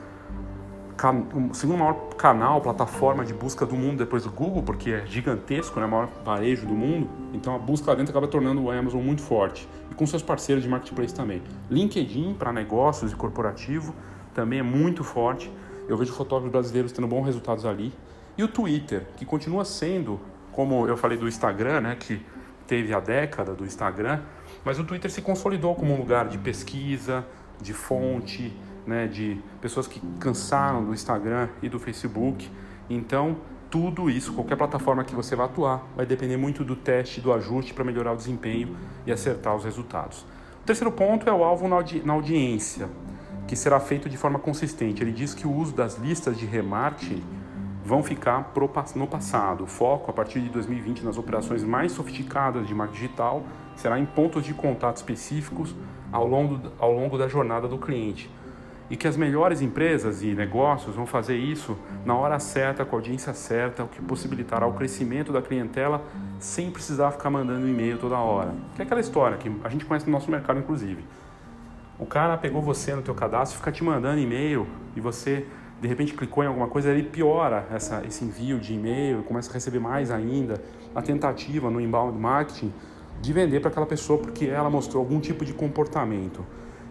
canal, plataforma de busca do mundo depois do Google, porque é gigantesco, né, o maior varejo do mundo, então a busca lá dentro acaba tornando o Amazon muito forte, e com seus parceiros de marketplace também. LinkedIn, para negócios e corporativo, também é muito forte, eu vejo fotógrafos brasileiros tendo bons resultados ali, e o Twitter, que continua sendo, como eu falei do Instagram, né, que teve a década do Instagram, mas o Twitter se consolidou como um lugar de pesquisa, de fonte, né, de pessoas que cansaram do Instagram e do Facebook. Então, tudo isso, qualquer plataforma que você vai atuar, vai depender muito do teste, do ajuste para melhorar o desempenho e acertar os resultados. O terceiro ponto é o alvo na audiência, que será feito de forma consistente. Ele diz que o uso das listas de remarketing vão ficar no passado. O foco, a partir de 2020, nas operações mais sofisticadas de marketing digital, será em pontos de contato específicos ao longo da jornada do cliente. E que as melhores empresas e negócios vão fazer isso na hora certa, com a audiência certa, o que possibilitará o crescimento da clientela sem precisar ficar mandando e-mail toda hora. Que é aquela história que a gente conhece no nosso mercado, inclusive. O cara pegou você no teu cadastro, fica te mandando e-mail e você, de repente, clicou em alguma coisa, ele piora esse envio de e-mail, começa a receber mais ainda a tentativa no inbound marketing de vender para aquela pessoa porque ela mostrou algum tipo de comportamento.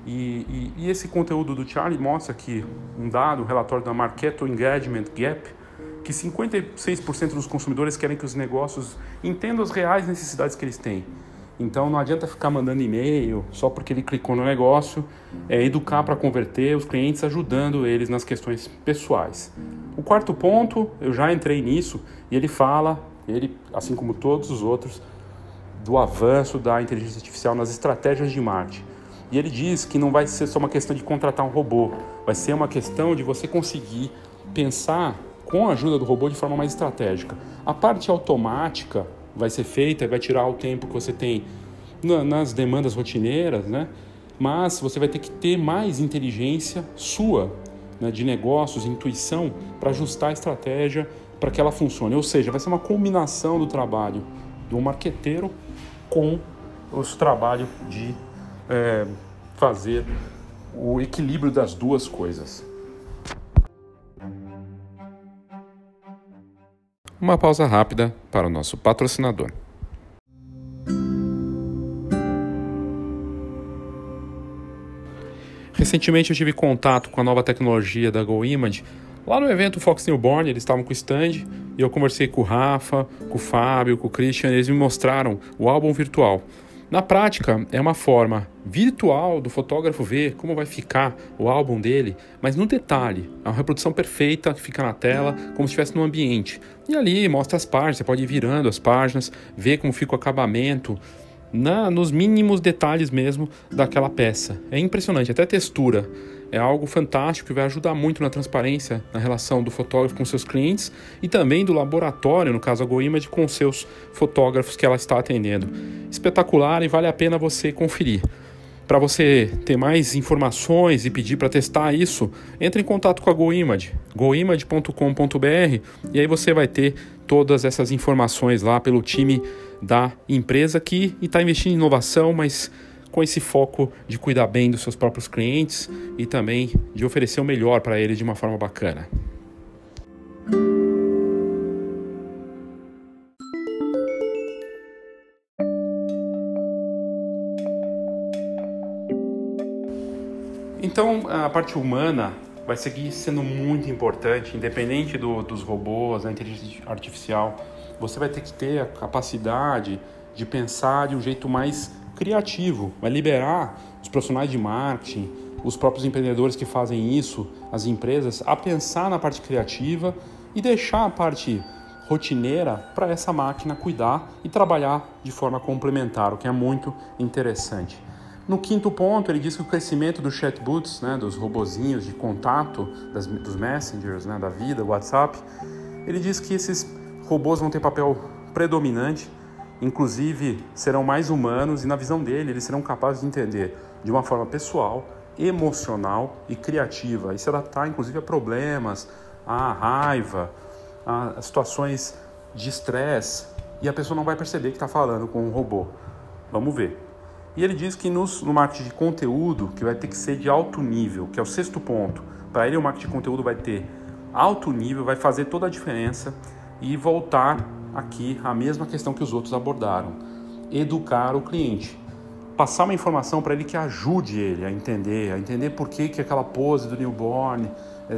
E esse conteúdo do Charlie mostra que um relatório da Marketo Engagement Gap, que 56% dos consumidores querem que os negócios entendam as reais necessidades que eles têm. Então não adianta ficar mandando e-mail só porque ele clicou no negócio, é educar para converter os clientes, ajudando eles nas questões pessoais. O quarto ponto, eu já entrei nisso, e ele fala, assim como todos os outros, do avanço da inteligência artificial nas estratégias de marketing. E ele diz que não vai ser só uma questão de contratar um robô, vai ser uma questão de você conseguir pensar com a ajuda do robô de forma mais estratégica. A parte automática vai ser feita e vai tirar o tempo que você tem nas demandas rotineiras, né? Mas você vai ter que ter mais inteligência sua, né, de negócios, intuição, para ajustar a estratégia para que ela funcione. Ou seja, vai ser uma combinação do trabalho do marqueteiro com o trabalho de fazer o equilíbrio das duas coisas. Uma pausa rápida para o nosso patrocinador. Recentemente eu tive contato com a nova tecnologia da GoImage. Lá no evento Fox Newborn, eles estavam com o stand e eu conversei com o Rafa, com o Fábio, com o Christian, e eles me mostraram o álbum virtual. Na prática, é uma forma virtual do fotógrafo ver como vai ficar o álbum dele, mas no detalhe, é uma reprodução perfeita que fica na tela, como se estivesse no ambiente. E ali mostra as páginas, você pode ir virando as páginas, ver como fica o acabamento, nos mínimos detalhes mesmo daquela peça. É impressionante, até a textura. É algo fantástico que vai ajudar muito na transparência na relação do fotógrafo com seus clientes e também do laboratório, no caso a GoImage, com seus fotógrafos que ela está atendendo. Espetacular e vale a pena você conferir. Para você ter mais informações e pedir para testar isso, entre em contato com a GoImage, goimage.com.br, e aí você vai ter todas essas informações lá pelo time da empresa que está investindo em inovação, mas com esse foco de cuidar bem dos seus próprios clientes e também de oferecer o melhor para eles de uma forma bacana. Então, a parte humana vai seguir sendo muito importante, independente dos robôs, da inteligência artificial. Você vai ter que ter a capacidade de pensar de um jeito mais criativo, vai liberar os profissionais de marketing, os próprios empreendedores que fazem isso, as empresas, a pensar na parte criativa e deixar a parte rotineira para essa máquina cuidar e trabalhar de forma complementar, o que é muito interessante. No quinto ponto, ele diz que o crescimento dos chatbots, né, dos robozinhos de contato, dos messengers, né, da vida, WhatsApp, ele diz que esses robôs vão ter papel predominante, inclusive serão mais humanos e, na visão dele, eles serão capazes de entender de uma forma pessoal, emocional e criativa e se adaptar, inclusive, a problemas, a raiva, a situações de estresse, e a pessoa não vai perceber que está falando com um robô. Vamos ver. E ele diz que no marketing de conteúdo, que vai ter que ser de alto nível, que é o sexto ponto. Para ele, o marketing de conteúdo vai ter alto nível, vai fazer toda a diferença e voltar aqui à mesma questão que os outros abordaram. Educar o cliente. Passar uma informação para ele que ajude ele a entender por que aquela pose do newborn,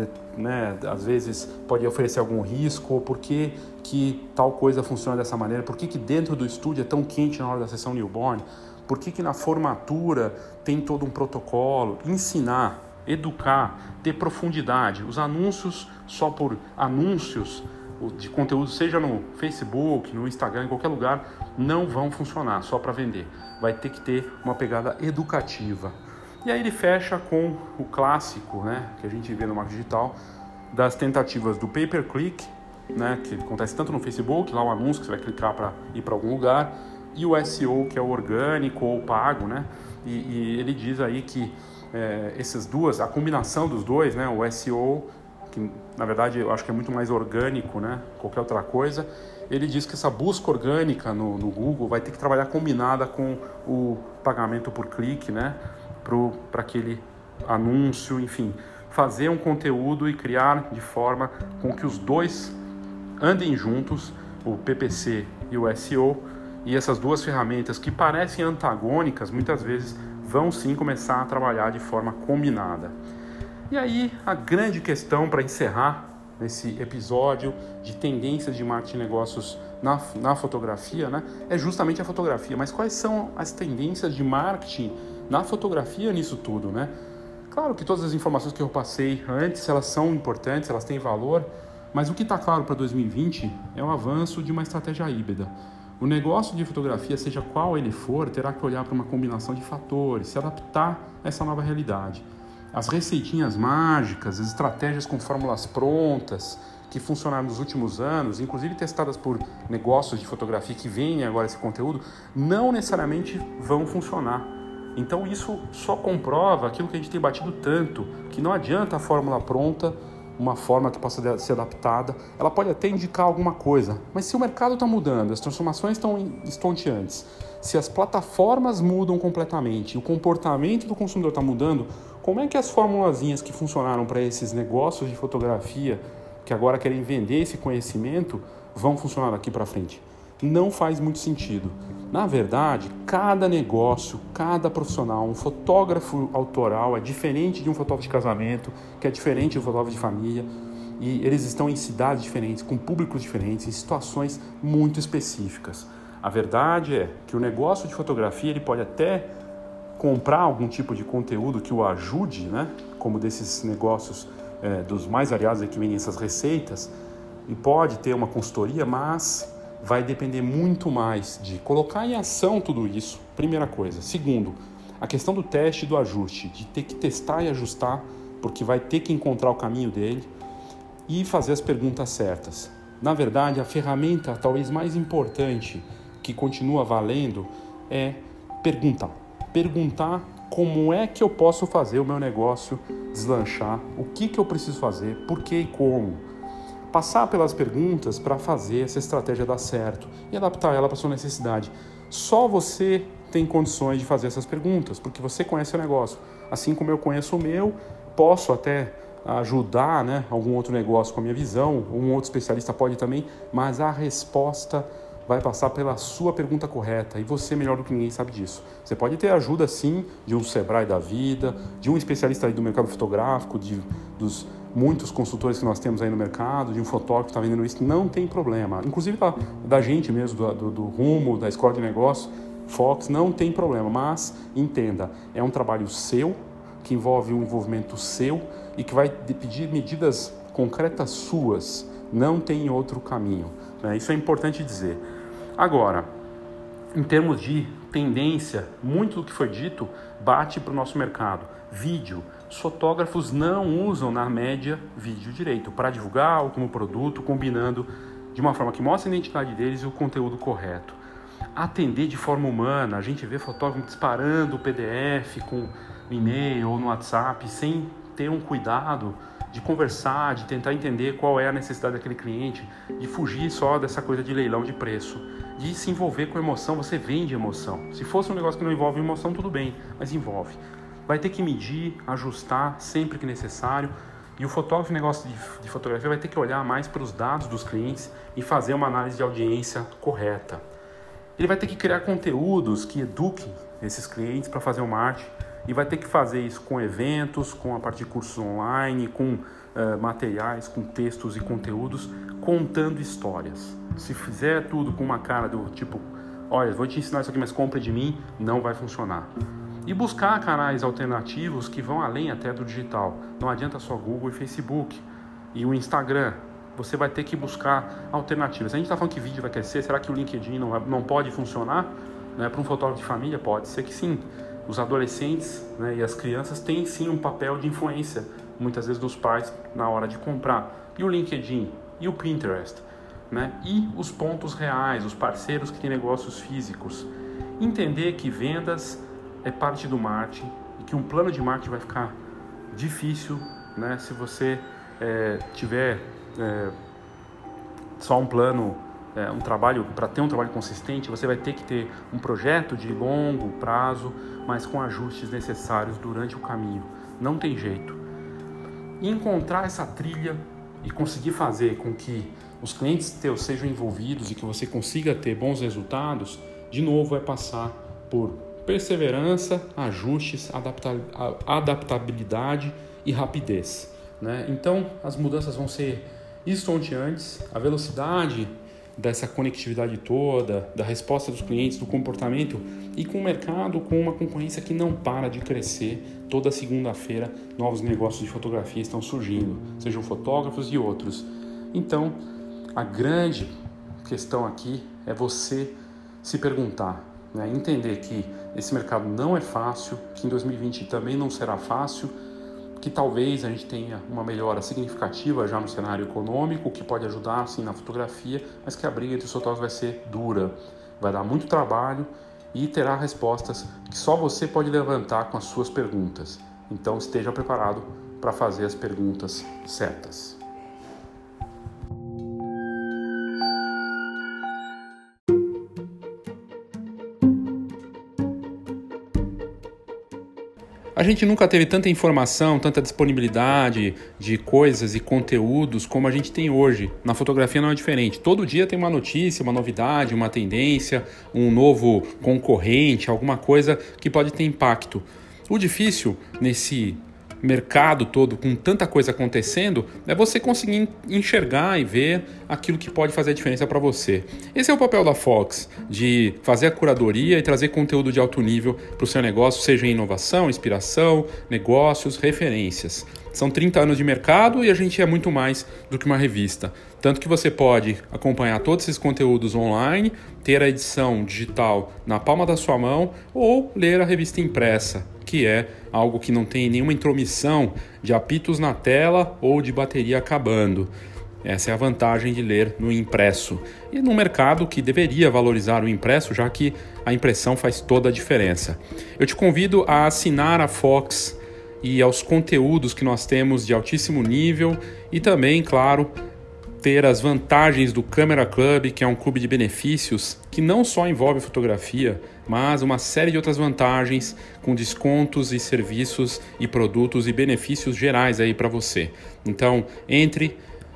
né, às vezes pode oferecer algum risco, ou por que tal coisa funciona dessa maneira, por que dentro do estúdio é tão quente na hora da sessão newborn, por que na formatura tem todo um protocolo, ensinar, educar, ter profundidade. Os anúncios só por anúncios de conteúdo, seja no Facebook, no Instagram, em qualquer lugar, não vão funcionar só para vender. Vai ter que ter uma pegada educativa. E aí ele fecha com o clássico, né, que a gente vê no marketing digital, das tentativas do pay-per-click, né, que acontece tanto no Facebook, lá um anúncio que você vai clicar para ir para algum lugar, e o SEO, que é o orgânico ou pago, né? E ele diz aí que essas duas, a combinação dos dois, né? O SEO, que na verdade eu acho que é muito mais orgânico, né? Qualquer outra coisa. Ele diz que essa busca orgânica no Google vai ter que trabalhar combinada com o pagamento por clique, né? Para aquele anúncio, enfim, fazer um conteúdo e criar de forma com que os dois andem juntos, o PPC e o SEO. E essas duas ferramentas que parecem antagônicas, muitas vezes vão sim começar a trabalhar de forma combinada. E aí, a grande questão para encerrar nesse episódio de tendências de marketing de negócios na fotografia, né, é justamente a fotografia. Mas quais são as tendências de marketing na fotografia nisso tudo, né? Claro que todas as informações que eu passei antes, elas são importantes, elas têm valor, mas o que está claro para 2020 é o avanço de uma estratégia híbrida. O negócio de fotografia, seja qual ele for, terá que olhar para uma combinação de fatores, se adaptar a essa nova realidade. As receitinhas mágicas, as estratégias com fórmulas prontas, que funcionaram nos últimos anos, inclusive testadas por negócios de fotografia que vendem agora esse conteúdo, não necessariamente vão funcionar. Então isso só comprova aquilo que a gente tem batido tanto, que não adianta a fórmula pronta, uma forma que possa ser adaptada, ela pode até indicar alguma coisa, mas se o mercado está mudando, as transformações estão estonteantes, se as plataformas mudam completamente, o comportamento do consumidor está mudando, como é que as formulazinhas que funcionaram para esses negócios de fotografia, que agora querem vender esse conhecimento, vão funcionar daqui para frente? Não faz muito sentido. Na verdade, cada negócio, cada profissional, um fotógrafo autoral é diferente de um fotógrafo de casamento, que é diferente de um fotógrafo de família, e eles estão em cidades diferentes, com públicos diferentes, em situações muito específicas. A verdade é que o negócio de fotografia ele pode até comprar algum tipo de conteúdo que o ajude, né? Como desses negócios dos mais variados que vendem essas receitas, e pode ter uma consultoria, mas vai depender muito mais de colocar em ação tudo isso, primeira coisa. Segundo, a questão do teste e do ajuste, de ter que testar e ajustar, porque vai ter que encontrar o caminho dele e fazer as perguntas certas. Na verdade, a ferramenta talvez mais importante que continua valendo é perguntar. Perguntar como é que eu posso fazer o meu negócio deslanchar, o que eu preciso fazer, por que e como. Passar pelas perguntas para fazer essa estratégia dar certo e adaptar ela para a sua necessidade. Só você tem condições de fazer essas perguntas, porque você conhece o negócio. Assim como eu conheço o meu, posso até ajudar, né, algum outro negócio com a minha visão, um outro especialista pode também, mas a resposta vai passar pela sua pergunta correta e você melhor do que ninguém sabe disso. Você pode ter ajuda sim de um Sebrae da vida, de um especialista aí do mercado fotográfico, dos muitos consultores que nós temos aí no mercado, de um fotógrafo que está vendendo isso, não tem problema. Inclusive da gente mesmo, do Rumo, da Escola de Negócios, Fox, não tem problema, mas entenda, é um trabalho seu, que envolve um envolvimento seu e que vai pedir medidas concretas suas, não tem outro caminho, né? Isso é importante dizer. Agora, em termos de tendência, muito do que foi dito bate para o nosso mercado. Vídeo, os fotógrafos não usam na média vídeo direito para divulgar ou como produto, combinando de uma forma que mostre a identidade deles e o conteúdo correto. Atender de forma humana, a gente vê fotógrafo disparando o PDF com e-mail ou no WhatsApp sem ter um cuidado de conversar, de tentar entender qual é a necessidade daquele cliente, de fugir só dessa coisa de leilão de preço, de se envolver com emoção. Você vende emoção. Se fosse um negócio que não envolve emoção, tudo bem, mas envolve. Vai ter que medir, ajustar sempre que necessário, e o fotógrafo em negócio de fotografia vai ter que olhar mais para os dados dos clientes e fazer uma análise de audiência correta. Ele vai ter que criar conteúdos que eduquem esses clientes para fazer o marketing e vai ter que fazer isso com eventos, com a parte de cursos online, com materiais, com textos e conteúdos, contando histórias. Se fizer tudo com uma cara do tipo, olha, vou te ensinar isso aqui, mas compre de mim, não vai funcionar. E buscar canais alternativos que vão além até do digital. Não adianta só Google e Facebook e o Instagram. Você vai ter que buscar alternativas. A gente está falando que vídeo vai crescer, será que o LinkedIn não pode funcionar? Né? Para um fotógrafo de família pode ser que sim. Os adolescentes, né, e as crianças têm sim um papel de influência, muitas vezes dos pais, na hora de comprar. E o LinkedIn, e o Pinterest, né? E os pontos reais, os parceiros que têm negócios físicos. Entender que vendas é parte do marketing e que um plano de marketing vai ficar difícil, né, se você tiver só um plano, um trabalho. Para ter um trabalho consistente, você vai ter que ter um projeto de longo prazo, mas com ajustes necessários durante o caminho. Não tem jeito. E encontrar essa trilha e conseguir fazer com que os clientes teus sejam envolvidos e que você consiga ter bons resultados, de novo vai passar por perseverança, ajustes, adaptabilidade e rapidez, né? Então as mudanças vão ser estonteantes, a velocidade dessa conectividade toda, da resposta dos clientes, do comportamento, e com o mercado com uma concorrência que não para de crescer. Toda segunda-feira novos negócios de fotografia estão surgindo, sejam fotógrafos e outros. Então a grande questão aqui é você se perguntar, né? Entender que esse mercado não é fácil, que em 2020 também não será fácil, que talvez a gente tenha uma melhora significativa já no cenário econômico, que pode ajudar sim na fotografia, mas que a briga entre os fotógrafos vai ser dura, vai dar muito trabalho e terá respostas que só você pode levantar com as suas perguntas. Então esteja preparado para fazer as perguntas certas. A gente nunca teve tanta informação, tanta disponibilidade de coisas e conteúdos como a gente tem hoje. Na fotografia não é diferente. Todo dia tem uma notícia, uma novidade, uma tendência, um novo concorrente, alguma coisa que pode ter impacto. O difícil nesse mercado todo, com tanta coisa acontecendo, é você conseguir enxergar e ver aquilo que pode fazer a diferença para você. Esse é o papel da Fox, de fazer a curadoria e trazer conteúdo de alto nível para o seu negócio, seja em inovação, inspiração, negócios, referências. São 30 anos de mercado e a gente é muito mais do que uma revista. Tanto que você pode acompanhar todos esses conteúdos online, ter a edição digital na palma da sua mão ou ler a revista impressa, que é algo que não tem nenhuma intromissão de apitos na tela ou de bateria acabando. Essa é a vantagem de ler no impresso. E num mercado que deveria valorizar o impresso, já que a impressão faz toda a diferença. Eu te convido a assinar a Fox e aos conteúdos que nós temos de altíssimo nível e também, claro, ter as vantagens do Camera Club, que é um clube de benefícios que não só envolve fotografia, mas uma série de outras vantagens com descontos e serviços e produtos e benefícios gerais aí para você. Então, entre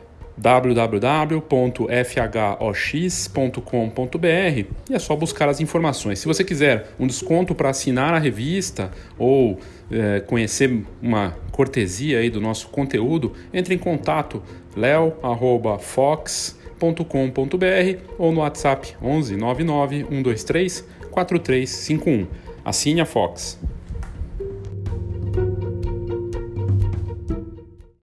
www.fhox.com.br e é só buscar as informações. Se você quiser um desconto para assinar a revista ou conhecer uma cortesia aí do nosso conteúdo, entre em contato leo@fox.com.br ou no WhatsApp 11 99 123 4351. Assine a Fox.